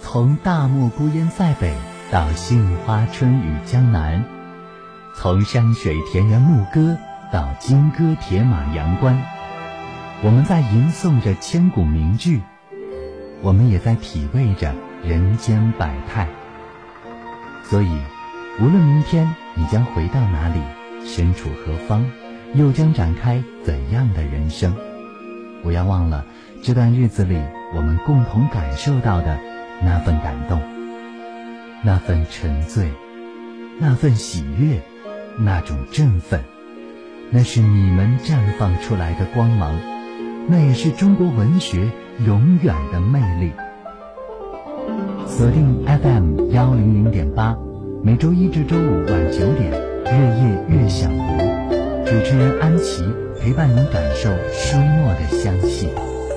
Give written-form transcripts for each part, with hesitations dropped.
从大漠孤烟塞北到杏花春雨江南，从山水田园牧歌到金戈铁马阳关，我们在吟诵着千古名句，我们也在体味着人间百态。所以无论明天你将回到哪里，身处何方，又将展开怎样的人生，不要忘了这段日子里我们共同感受到的那份感动，那份沉醉，那份喜悦，那种振奋，那是你们绽放出来的光芒，那也是中国文学永远的魅力。锁定 FM 100.8，每周一至周五晚9点，月夜月小湖，主持人安琪陪伴您感受书墨的香气。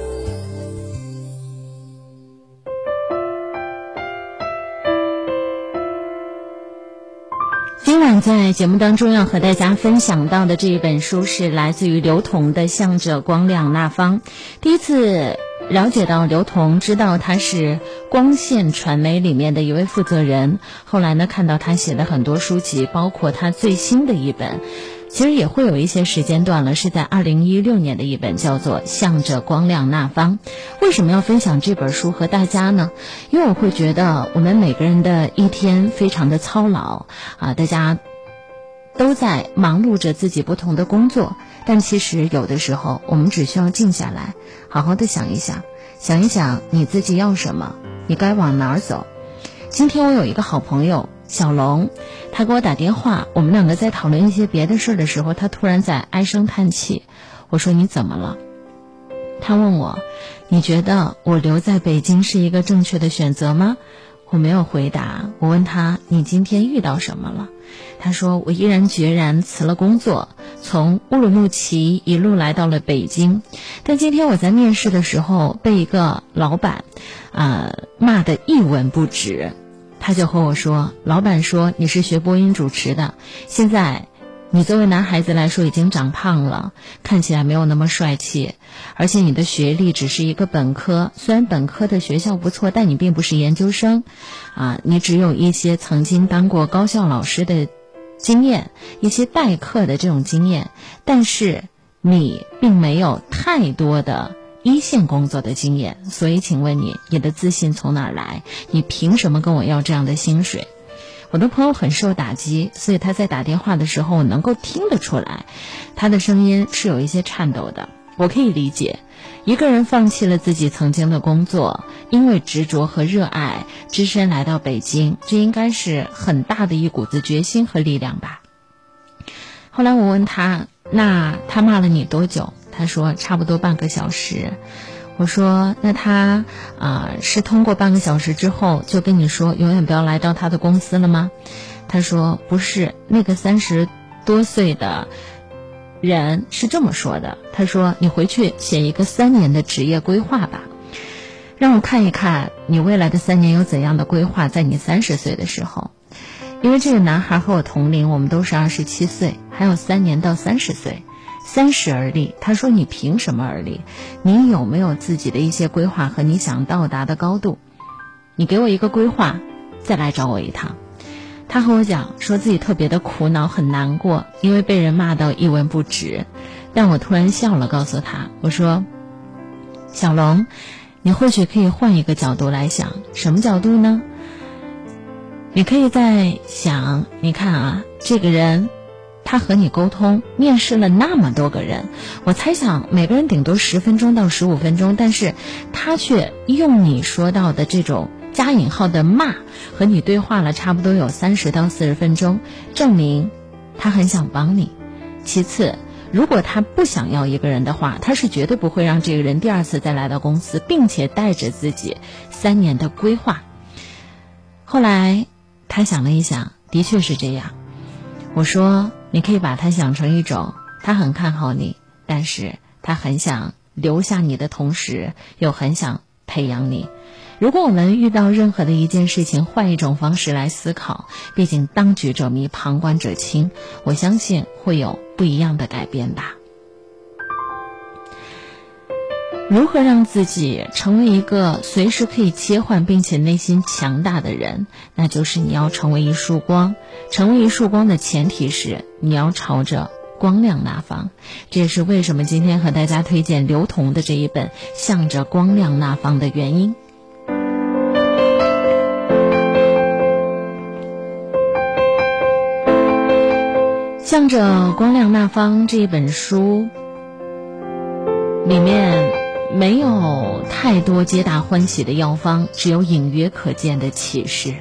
今晚在节目当中要和大家分享到的这一本书是来自于刘同的《向着光亮那方》。第一次了解到刘同，知道他是光线传媒里面的一位负责人，后来呢看到他写的很多书籍，包括他最新的一本，其实也会有一些时间段了，是在2016年的一本叫做《向着光亮那方》。为什么要分享这本书和大家呢？因为我会觉得我们每个人的一天非常的操劳啊，大家都在忙碌着自己不同的工作，但其实有的时候我们只需要静下来，好好的想一想你自己要什么，你该往哪儿走。今天我有一个好朋友小龙，他给我打电话，我们两个在讨论一些别的事的时候，他突然在唉声叹气。我说你怎么了？他问我，你觉得我留在北京是一个正确的选择吗？我没有回答。我问他，你今天遇到什么了？他说，我毅然决然辞了工作，从乌鲁木齐一路来到了北京。但今天我在面试的时候被一个老板骂得一文不值。他就和我说，老板说你是学播音主持的，现在你作为男孩子来说已经长胖了，看起来没有那么帅气，而且你的学历只是一个本科，虽然本科的学校不错，但你并不是研究生你只有一些曾经当过高校老师的经验，一些代课的这种经验，但是你并没有太多的一线工作的经验，所以请问你的自信从哪儿来？你凭什么跟我要这样的薪水？我的朋友很受打击，所以他在打电话的时候我能够听得出来，他的声音是有一些颤抖的。我可以理解，一个人放弃了自己曾经的工作，因为执着和热爱，只身来到北京，这应该是很大的一股子决心和力量吧。后来我问他，那他骂了你多久？他说差不多半个小时。我说那他是通过半个小时之后就跟你说永远不要来到他的公司了吗？他说不是，那个30多岁的人是这么说的，他说你回去写一个3年的职业规划吧，让我看一看你未来的3年有怎样的规划在你30岁的时候。因为这个男孩和我同龄，我们都是27岁，还有3年到30岁，30而立。他说你凭什么而立？你有没有自己的一些规划和你想到达的高度？你给我一个规划，再来找我一趟。他和我讲说自己特别的苦恼，很难过，因为被人骂到一文不值。但我突然笑了，告诉他，我说小龙，你或许可以换一个角度来想。什么角度呢？你可以在想，你看这个人他和你沟通，面试了那么多个人，我猜想每个人顶多10分钟到15分钟，但是他却用你说到的这种加引号的骂和你对话了差不多有30到40分钟，证明他很想帮你。其次，如果他不想要一个人的话，他是绝对不会让这个人第2次再来到公司，并且带着自己3年的规划。后来他想了一想，的确是这样。我说你可以把它想成一种，他很看好你，但是他很想留下你的同时，又很想培养你。如果我们遇到任何的一件事情，换一种方式来思考，毕竟当局者迷，旁观者清，我相信会有不一样的改变吧。 如何让自己成为一个随时可以切换并且内心强大的人？那就是你要成为一束光。成为一束光的前提是你要朝着光亮那方。这也是为什么今天和大家推荐刘同的这一本《向着光亮那方》的原因。向着光亮那方这一本书里面没有太多皆大欢喜的药方，只有隐约可见的启示。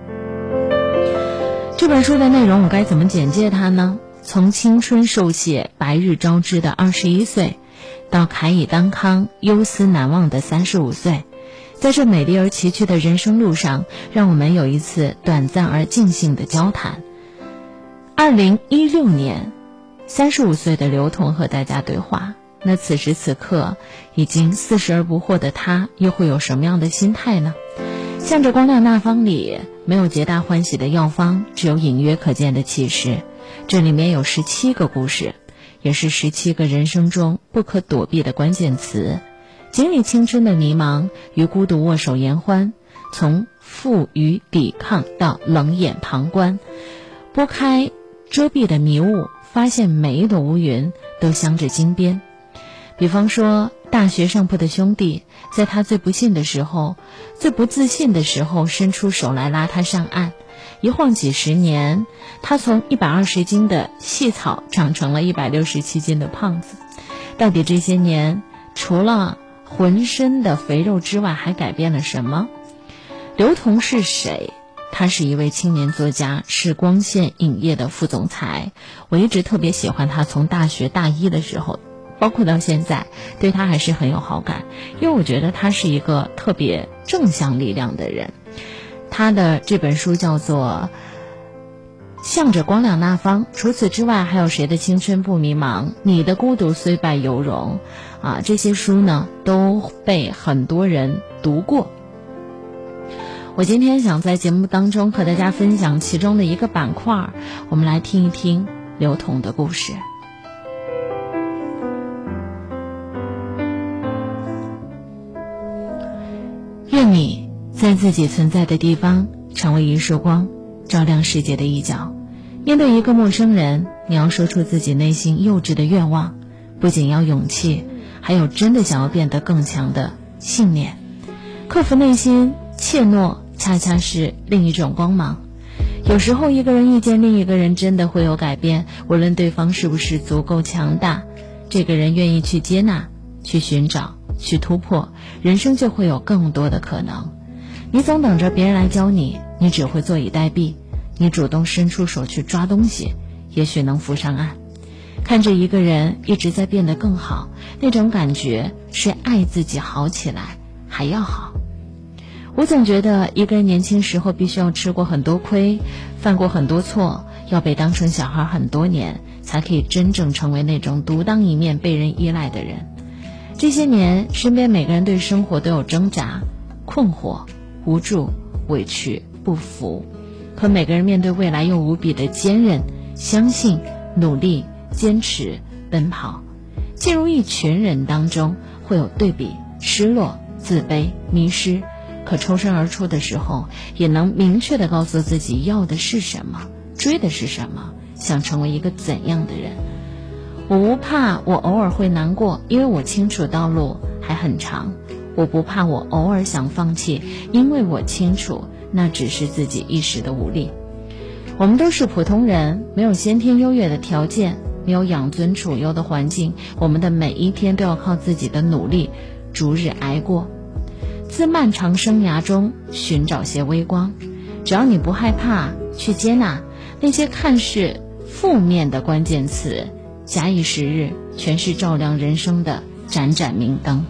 这本书的内容我该怎么简介它呢？从青春受谢白日招之的21岁，到凯以当康忧思难忘的35岁，在这美丽而崎岖的人生路上，让我们有一次短暂而尽兴的交谈。2016年，35岁的刘同和大家对话。那此时此刻已经40而不惑的他，又会有什么样的心态呢？向着光亮那方里没有皆大欢喜的药方，只有隐约可见的启示。这里面有17个故事，也是17个人生中不可躲避的关键词。经历青春的迷茫与孤独握手言欢，从负与抵抗到冷眼旁观，拨开遮蔽的迷雾，发现每一朵乌云都镶着金边。比方说大学上铺的兄弟，在他最不幸的时候，最不自信的时候，伸出手来拉他上岸。一晃几十年，他从120斤的细草长成了167斤的胖子。到底这些年除了浑身的肥肉之外，还改变了什么？刘同是谁？他是一位青年作家，是光线影业的副总裁。我一直特别喜欢他，从大学大一的时候包括到现在，对他还是很有好感，因为我觉得他是一个特别正向力量的人。他的这本书叫做《向着光亮那方》，除此之外还有谁的青春不迷茫，你的孤独虽败犹荣这些书呢都被很多人读过。我今天想在节目当中和大家分享其中的一个板块，我们来听一听刘同的故事。愿你在自己存在的地方成为一束光，照亮世界的一角。面对一个陌生人，你要说出自己内心幼稚的愿望，不仅要勇气，还有真的想要变得更强的信念。克服内心怯懦，恰恰是另一种光芒。有时候一个人遇见另一个人，真的会有改变，无论对方是不是足够强大，这个人愿意去接纳，去寻找，去突破，人生就会有更多的可能。你总等着别人来教你，你只会坐以待毙。你主动伸出手去抓东西，也许能浮上岸。看着一个人一直在变得更好，那种感觉是爱自己好起来还要好。我总觉得一个人年轻时候必须要吃过很多亏，犯过很多错，要被当成小孩很多年，才可以真正成为那种独当一面被人依赖的人。这些年身边每个人对生活都有挣扎、困惑、无助、委屈、不服，可每个人面对未来又无比的坚韧、相信、努力、坚持、奔跑。进入一群人当中会有对比、失落、自卑、迷失，可抽身而出的时候，也能明确地告诉自己要的是什么，追的是什么，想成为一个怎样的人。我不怕我偶尔会难过，因为我清楚道路还很长。我不怕我偶尔想放弃，因为我清楚那只是自己一时的无力。我们都是普通人，没有先天优越的条件，没有养尊处优的环境，我们的每一天都要靠自己的努力逐日挨过。自漫长生涯中寻找些微光，只要你不害怕去接纳那些看似负面的关键词，假以时日，全是照亮人生的盏盏明灯。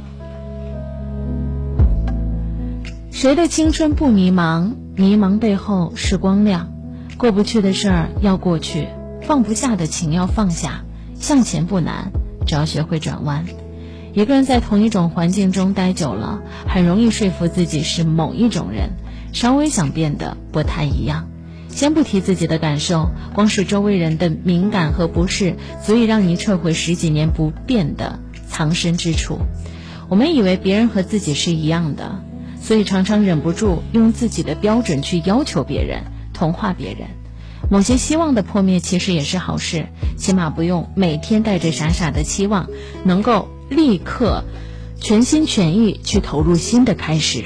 谁的青春不迷茫？迷茫背后是光亮。过不去的事儿要过去，放不下的情要放下。向前不难，只要学会转弯。一个人在同一种环境中待久了，很容易说服自己是某一种人，稍微想变得不太一样。先不提自己的感受，光是周围人的敏感和不适，足以让你撤回10几年不变的藏身之处。 我们以为别人和自己是一样的，所以常常忍不住用自己的标准去要求别人，同化别人。某些希望的破灭其实也是好事，起码不用每天带着傻傻的期望，能够立刻全心全意去投入新的开始。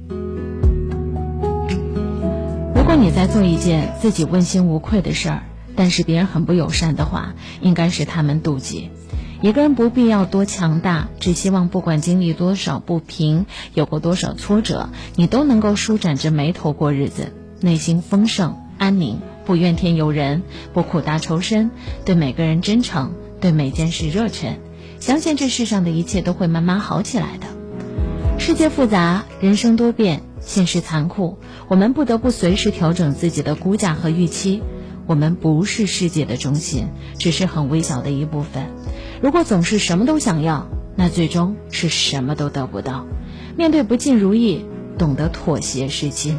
如果你在做一件自己问心无愧的事儿，但是别人很不友善的话，应该是他们妒忌。一个人不必要多强大，只希望不管经历多少不平，有过多少挫折，你都能够舒展着眉头过日子，内心丰盛安宁，不怨天尤人，不苦大仇深，对每个人真诚，对每件事热忱，相信这世上的一切都会慢慢好起来的。世界复杂，人生多变，现实残酷，我们不得不随时调整自己的估价和预期。我们不是世界的中心，只是很微小的一部分。如果总是什么都想要，那最终是什么都得不到。面对不尽如意，懂得妥协是金。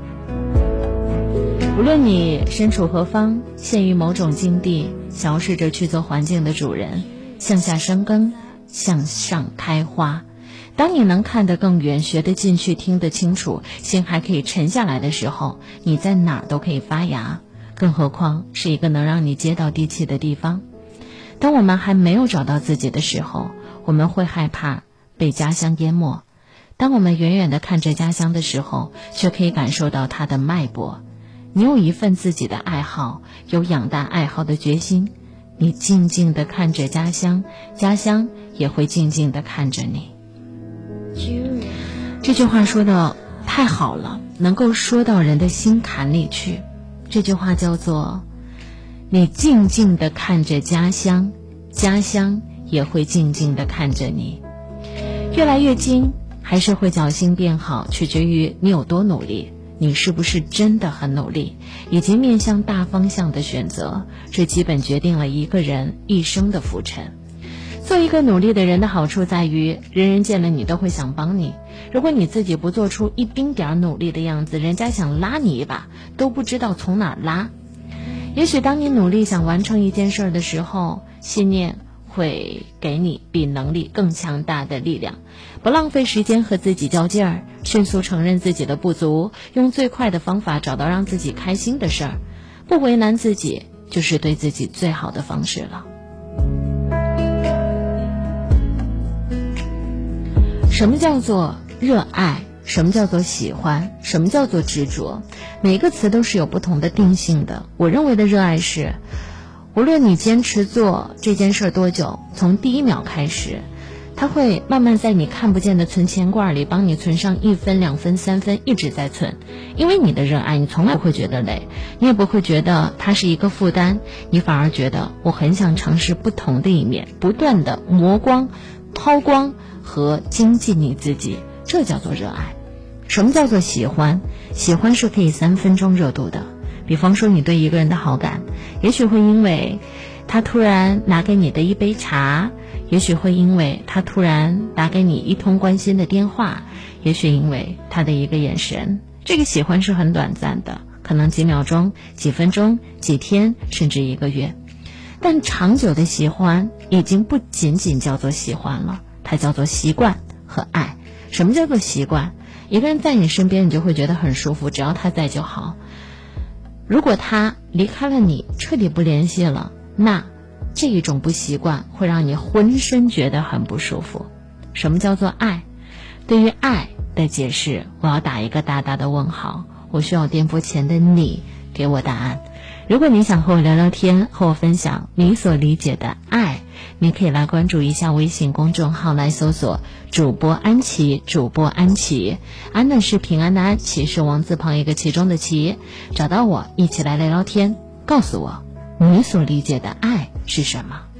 无论你身处何方，陷于某种境地，想要试着去做环境的主人，向下生根，向上开花。当你能看得更远，学得进去，听得清楚，心还可以沉下来的时候，你在哪儿都可以发芽，更何况是一个能让你接到地气的地方。当我们还没有找到自己的时候，我们会害怕被家乡淹没。当我们远远地看着家乡的时候，却可以感受到它的脉搏。你有一份自己的爱好，有养大爱好的决心，你静静地看着家乡，家乡也会静静地看着你。这句话说的太好了，能够说到人的心坎里去。这句话叫做你静静地看着家乡，家乡也会静静地看着你。越来越精还是会侥幸变好，取决于你有多努力，你是不是真的很努力，以及面向大方向的选择，这基本决定了一个人一生的浮沉。做一个努力的人的好处在于，人人见了你都会想帮你。如果你自己不做出一丁点努力的样子，人家想拉你一把都不知道从哪儿拉。也许当你努力想完成一件事的时候，信念会给你比能力更强大的力量。不浪费时间和自己较劲儿，迅速承认自己的不足，用最快的方法找到让自己开心的事儿，不为难自己，就是对自己最好的方式了。什么叫做热爱？什么叫做喜欢？什么叫做执着？每个词都是有不同的定性的。我认为的热爱是，无论你坚持做这件事多久，从第一秒开始，它会慢慢在你看不见的存钱罐里帮你存上1分、2分、3分，一直在存。因为你的热爱，你从来不会觉得累，你也不会觉得它是一个负担，你反而觉得我很想尝试不同的一面，不断的磨光、抛光和精进你自己，这叫做热爱。什么叫做喜欢？喜欢是可以3分钟热度的。比方说你对一个人的好感，也许会因为他突然拿给你的一杯茶，也许会因为他突然打给你一通关心的电话，也许因为他的一个眼神。这个喜欢是很短暂的，可能几秒钟、几分钟、几天，甚至1个月。但长久的喜欢已经不仅仅叫做喜欢了，它叫做习惯和爱。什么叫做习惯？一个人在你身边，你就会觉得很舒服，只要他在就好。如果他离开了你，彻底不联系了，那这一种不习惯会让你浑身觉得很不舒服。什么叫做爱？对于爱的解释，我要打一个大大的问号。我需要电波前的你给我答案。如果你想和我聊聊天，和我分享你所理解的爱，你可以来关注一下微信公众号，来搜索主播安琪，主播安琪，安呢是平安的安，琪是王字旁一个其中的琪。找到我，一起来聊聊天，告诉我你所理解的爱是什么。